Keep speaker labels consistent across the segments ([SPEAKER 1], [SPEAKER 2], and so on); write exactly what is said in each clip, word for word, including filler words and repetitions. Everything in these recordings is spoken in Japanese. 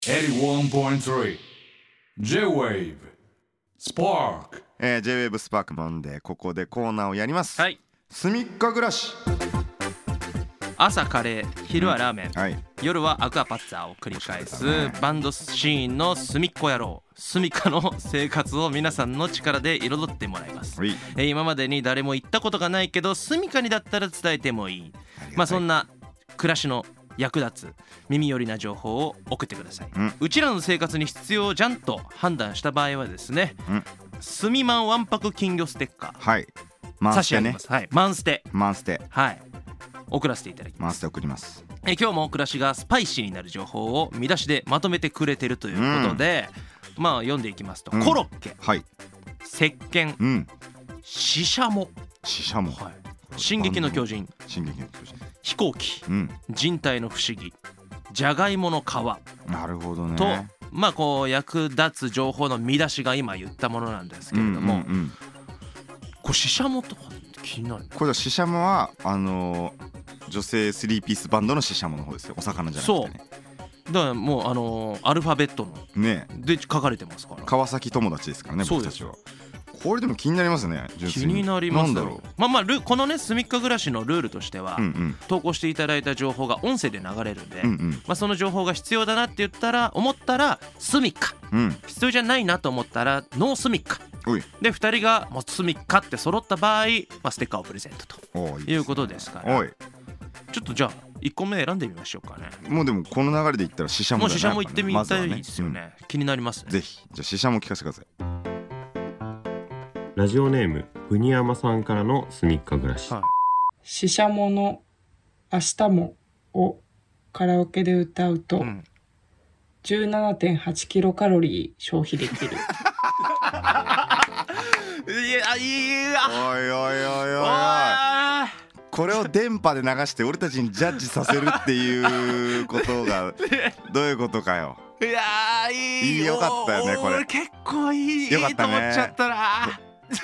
[SPEAKER 1] エイティワンポイントスリー J-Wave Spark、
[SPEAKER 2] えー、J-Wave Spark マンデー、ここでコーナーをやります。
[SPEAKER 3] はい。
[SPEAKER 2] すみっか暮らし。
[SPEAKER 3] 朝カレー、昼はラーメン、
[SPEAKER 2] はい、
[SPEAKER 3] 夜はアクアパッツァを繰り返す、
[SPEAKER 2] ね、
[SPEAKER 3] バンドシーンのすみっこ野郎、すみかの生活を皆さんの力で彩ってもらいます。えー、今までに誰も言ったことがないけどすみかにだったら伝えてもいい、まあそんな暮らしの役立つ耳寄りな情報を送ってください。うん、うちらの生活に必要じゃんと判断した場合はですね、うん、すみまんわんぱく金魚ステッカー、
[SPEAKER 2] はい、マンステね、
[SPEAKER 3] はい、マンステ
[SPEAKER 2] マンステ、
[SPEAKER 3] はい、送らせていただきます。
[SPEAKER 2] マンステ送ります。
[SPEAKER 3] え今日も暮らしがスパイシーになる情報を見出しでまとめてくれてるということで、うん、まあ読んでいきますと、うん、コロッケ、はい、石鹸、うん、シシャモ、
[SPEAKER 2] シシャモ、
[SPEAKER 3] はい、進撃の巨人、
[SPEAKER 2] 進撃の巨人、
[SPEAKER 3] 飛行機、うん、人体の不思議、じゃがいもの皮、
[SPEAKER 2] なるほどね、
[SPEAKER 3] とまあこう役立つ情報の見出しが今言ったものなんですけれども、うんうんうん、これシシャモとかって気になる。
[SPEAKER 2] これシシャモはあのー女性スリーピースバンドのシシャモの方ですよ。お魚じゃなくてね。
[SPEAKER 3] そうだからもうあのー、アルファベットのねで書かれてますから。
[SPEAKER 2] 川崎友達ですからね、僕たちは。これでも気になりますね。
[SPEAKER 3] 気になります。
[SPEAKER 2] なんだろう。
[SPEAKER 3] まあまあルこのねすみっか暮らしのルールとしては、うんうん、投稿していただいた情報が音声で流れるんで、うんうん、まあその情報が必要だなって言ったら思ったらすみっか、うん、必要じゃないなと思ったらノーすみっか。でふたりがもうすみっかって揃った場合、まあ、ステッカーをプレゼントということですから。おいちょっとじゃあいっこめ選んでみましょうかね。
[SPEAKER 2] もうでもこの流れでいったらシシャモだね。
[SPEAKER 3] もうシシャモ行ってみたいですよね、ね、うん、気になりますね。
[SPEAKER 2] ぜひじゃあシシャモ聞かせてください。
[SPEAKER 4] ラジオネームブニヤマさんからのすみっか暮らし、はい、
[SPEAKER 5] シシャモの明日もをカラオケで歌うと、うん、じゅうななてんはちキロカロリー消費できる。
[SPEAKER 3] いやいや
[SPEAKER 2] おいおいおいおいおい、これを電波で流して俺たちにジャッジさせるっていうことがどういうことかよ。
[SPEAKER 3] いやーいい
[SPEAKER 2] いいよかったよねこれ。
[SPEAKER 3] 俺結構いい
[SPEAKER 2] よかったね。
[SPEAKER 3] いいと思っちゃったな。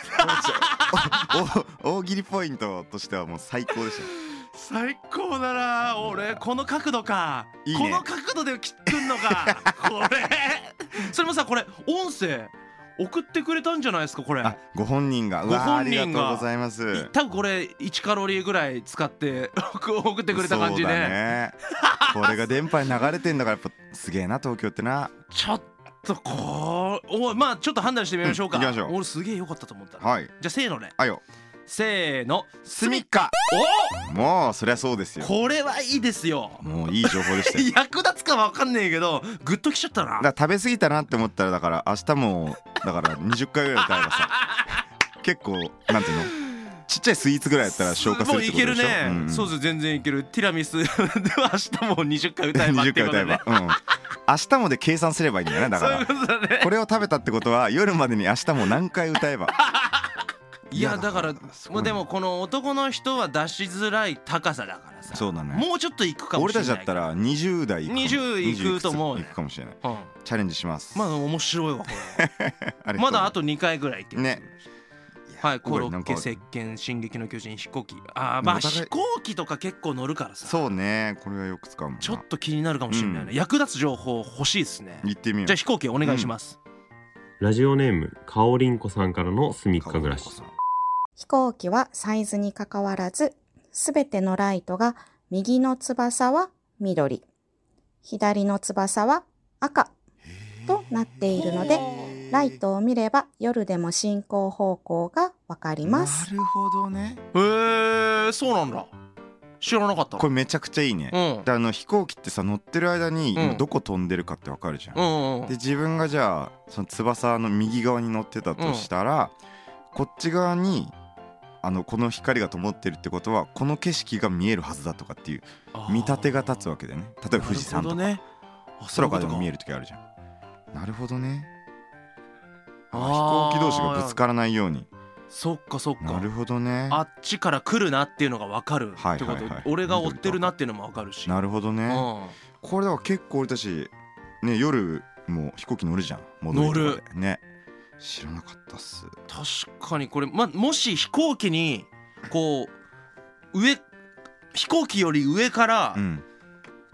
[SPEAKER 2] 大喜利ポイントとしてはもう最高でした。
[SPEAKER 3] 最高だな。俺この角度かいい、ね、この角度で切ってんのか。これそれもさ、これ音声送ってくれたんじゃないですかこれ。あ、
[SPEAKER 2] ご本人が。うわ、ありがとうございます。
[SPEAKER 3] 多分これいちカロリーぐらい使って送ってくれた感じ ね, ね
[SPEAKER 2] これが電波に流れてんだからやっぱすげえな東京ってな。
[SPEAKER 3] ちょっとこうおまあちょっと判断してみましょうか、うん、
[SPEAKER 2] 行きましょう。
[SPEAKER 3] 俺すげえ良かったと思った、
[SPEAKER 2] はい、
[SPEAKER 3] じゃあせーので、
[SPEAKER 2] あよ
[SPEAKER 3] せーの、
[SPEAKER 2] すみっか。おもうそりゃそうですよ。
[SPEAKER 3] これはいいですよ。
[SPEAKER 2] もういい情報でしたよ。
[SPEAKER 3] 役立つか分かんねえけどグッときちゃったな。
[SPEAKER 2] だから食べ過ぎたなって思ったらだから明日もだからにじゅっかいぐらい歌えばさ結構なんていうのちっちゃいスイーツぐらいやったら消化するってことでしょ。もういけるね、
[SPEAKER 3] うんうん、そうです、全然いける。ティラミスでは明日もにじゅっかい歌えばってことで、ね、にじゅっかい歌えば、うん、明日もで計算すればいいんだよね。だからそういうことだね。これを食べたってことは夜までに明日も何回歌えばいやだからもうでもこの男の人は出しづらい高さだからさ。
[SPEAKER 2] そうだね。
[SPEAKER 3] もうちょっといくかもしれない。
[SPEAKER 2] 俺たちだったらにじゅうだいいく
[SPEAKER 3] にじゅういくと思うね。
[SPEAKER 2] いくかもしれない、うん、チャレンジします。
[SPEAKER 3] まあ面白いわこれ。まだあとにかいぐらいいってね。はい、コロッケ、石鹸、進撃の巨人、飛行機。ああまあ飛行機とか結構乗るからさ。
[SPEAKER 2] そうね、これはよく使うもんな。
[SPEAKER 3] ちょっと気になるかもしれないね、うん、役立つ情報欲しいですね。
[SPEAKER 2] 言ってみよう。
[SPEAKER 3] じゃあ飛行機お願いします、
[SPEAKER 4] うん、ラジオネームかおりんこさんからのすみっか暮らし。
[SPEAKER 6] 飛行機はサイズにかかわらず、すべてのライトが右の翼は緑、左の翼は赤となっているので、ライトを見れば夜でも進行方向がわかります。
[SPEAKER 2] なるほどね。
[SPEAKER 3] へー、そうなんだ。知らなかった。
[SPEAKER 2] これめちゃくちゃいいね、うん、であの飛行機ってさ乗ってる間に今どこ飛んでるかってわかるじゃん、うんうん、で自分がじゃあその翼の右側に乗ってたとしたら、うん、こっち側にあのこの光が灯ってるってことはこの景色が見えるはずだとかっていう見立てが立つわけだよね。例えば富士山とか、ね、空からでも見える時あるじゃん。なるほどね。あ飛行機同士がぶつからないように。
[SPEAKER 3] そっかそっか。
[SPEAKER 2] なるほどね。
[SPEAKER 3] あっちから来るなっていうのが分かるってこと、はいはいはい、俺が追ってるなっていうのも分かるし。な
[SPEAKER 2] るほどね、うん、これだから結構俺たちね夜も飛行機乗るじゃん。戻りとかで
[SPEAKER 3] 乗る
[SPEAKER 2] ね。知らなかったっす。
[SPEAKER 3] 確かにこれ、ま、もし飛行機にこう上飛行機より上から、うん、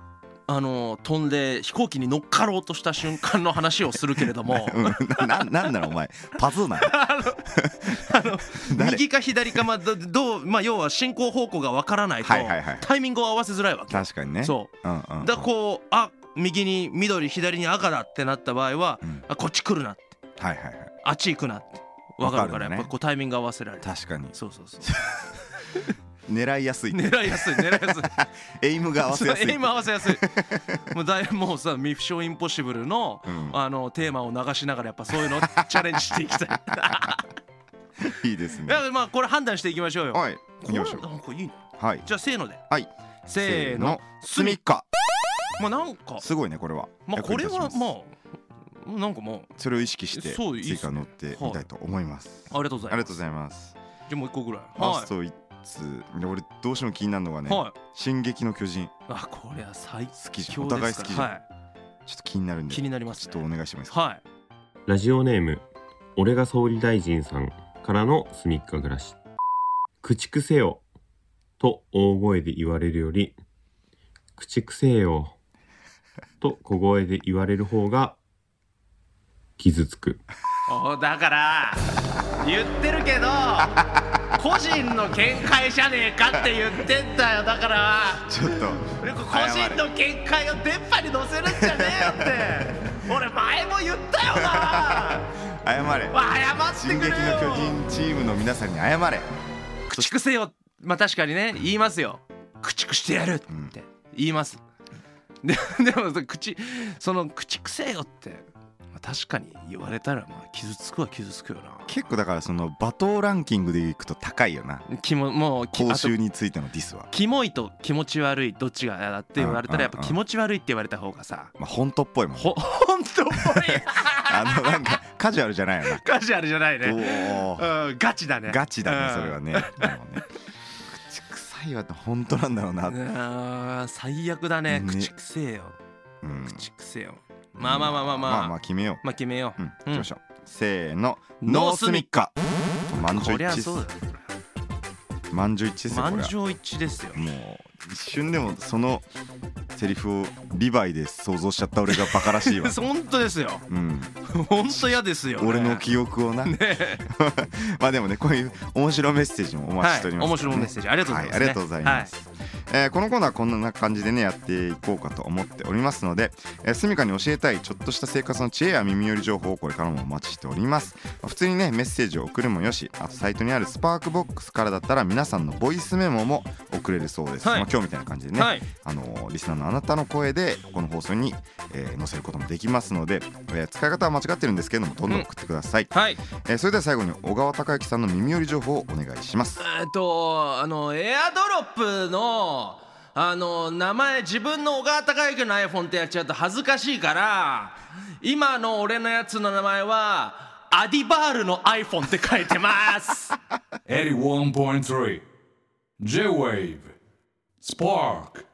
[SPEAKER 3] あの飛んで飛行機に乗っかろうとした瞬間の話をするけれども
[SPEAKER 2] うん、な, なんだろうお前パズーなの
[SPEAKER 3] あの右か左か、まあ、どう、まあ、要は進行方向がわからないと、はいはいはい、タイミングを合わせづらいわけ。
[SPEAKER 2] 確かにね。
[SPEAKER 3] そう、うんうんうん、だからこうあ右に緑左に赤だってなった場合は、うん、あこっち来るなって、はいはいはい、あっち行くなって分かるから、やっぱこうタイミング合わせられる。
[SPEAKER 2] 確かに。
[SPEAKER 3] そうそうそう
[SPEAKER 2] 狙いやすい
[SPEAKER 3] 狙いやすい狙いやすい
[SPEAKER 2] エイムが合わせやすい
[SPEAKER 3] エイム合わせやすいもうだいもうさミッションインポッシブルの、うん、あのテーマを流しながらやっぱそういうのをチャレンジしていきたい
[SPEAKER 2] いいですね。
[SPEAKER 3] まあこれ判断していきましょうよ。
[SPEAKER 2] はい行きましょう。
[SPEAKER 3] なんかいいね、
[SPEAKER 2] はい、
[SPEAKER 3] じゃあせーので。
[SPEAKER 2] はい
[SPEAKER 3] せーの
[SPEAKER 2] スミッカ。
[SPEAKER 3] まあなんか
[SPEAKER 2] すごいねこれは。
[SPEAKER 3] まあこれはまあなんかもう
[SPEAKER 2] それを意識して追加乗ってみたいと思います。
[SPEAKER 3] ありがとうございます。
[SPEAKER 2] ありがとうございます。
[SPEAKER 3] じゃあもう一個ぐらい。
[SPEAKER 2] ラストいっつ、俺どうしても気になるのがね、はい、進撃の巨人。
[SPEAKER 3] あこれは最
[SPEAKER 2] 好きじゃん。お互い好きじゃん、はい、ちょっと気になるんで
[SPEAKER 3] 気になります、ね、
[SPEAKER 2] ちょっとお願いしてもいいですか。
[SPEAKER 3] はい。
[SPEAKER 4] ラジオネーム俺が総理大臣さんからのすみっか暮らし。駆逐せよと大声で言われるより駆逐せよと小声で言われる方が傷つく。
[SPEAKER 3] おだから言ってるけど個人の見解じゃねえかって言ってんだよ。だから
[SPEAKER 2] ちょっと
[SPEAKER 3] 個人の見解を電波に乗せるんじゃねえよって俺前も言ったよな
[SPEAKER 2] 謝れ。
[SPEAKER 3] 謝ってくれよ。
[SPEAKER 2] 進撃の巨人チームの皆さんに謝れ。
[SPEAKER 3] 駆逐せよ。まあ確かにね言いますよ。駆逐してやるって言います、うん、で, でも口その駆逐せよって確かに言われたらまあ傷つくは傷つくよな。
[SPEAKER 2] 結構だからその罵倒ランキングでいくと高いよな。
[SPEAKER 3] きももう
[SPEAKER 2] 報酬についてのディスは
[SPEAKER 3] キモいと気持ち悪いどっちがだって言われたらやっぱ気持ち悪いって言われた方がさ、
[SPEAKER 2] まあ本当っぽいもん。
[SPEAKER 3] ほ本当っぽい
[SPEAKER 2] あのなんかカジュアルじゃないよな。
[SPEAKER 3] カジュアルじゃないね。お、うん、ガチだね。
[SPEAKER 2] ガチだねそれはね。口臭いは本当なんだろうな。
[SPEAKER 3] あ最悪だね。口臭えよ、うん、口臭えよ。まあまあまあまあまあ
[SPEAKER 2] まあまあ決めよう。
[SPEAKER 3] まあ決めよう。うん、
[SPEAKER 2] 行きましょう。せーのノースミッカ。満場一致です。満場一致ですよ。
[SPEAKER 3] 満場一致ですよ。
[SPEAKER 2] もう一瞬でもそのセリフをリヴァイで想像しちゃった俺がバカらしいわ。
[SPEAKER 3] 本当ですよ。うん。本当嫌ですよ、ね。
[SPEAKER 2] 俺の記憶をな。ね、まあでもねこういう面白メッセージもお待ちしております、ね。はい、
[SPEAKER 3] 面白メッセージありがとうございます、ね。はい、
[SPEAKER 2] ありがとうございます。はいえー、このコーナーこんな感じでねやっていこうかと思っておりますので、えー、スミカに教えたいちょっとした生活の知恵や耳寄り情報をこれからもお待ちしております。まあ、普通にねメッセージを送るもよし、あとサイトにあるスパークボックスからだったら皆さんのボイスメモも送れるそうです。はい、まあ、今日みたいな感じでね、はい、あのー、リスナーのあなたの声でこの放送に、えー、載せることもできますので、えー、使い方は間違ってるんですけれどもどんどん送ってください。うん、はい、えー、それでは最後に小川隆之さんの耳寄り情報をお願いします。
[SPEAKER 3] えー、っとあのエアドロップのあの名前自分の小川隆之の iPhone ってやっちゃうと恥ずかしいから今の俺のやつの名前はアディバールの iPhone って書いてます
[SPEAKER 1] エイティワンポイントスリー J-Wave Spark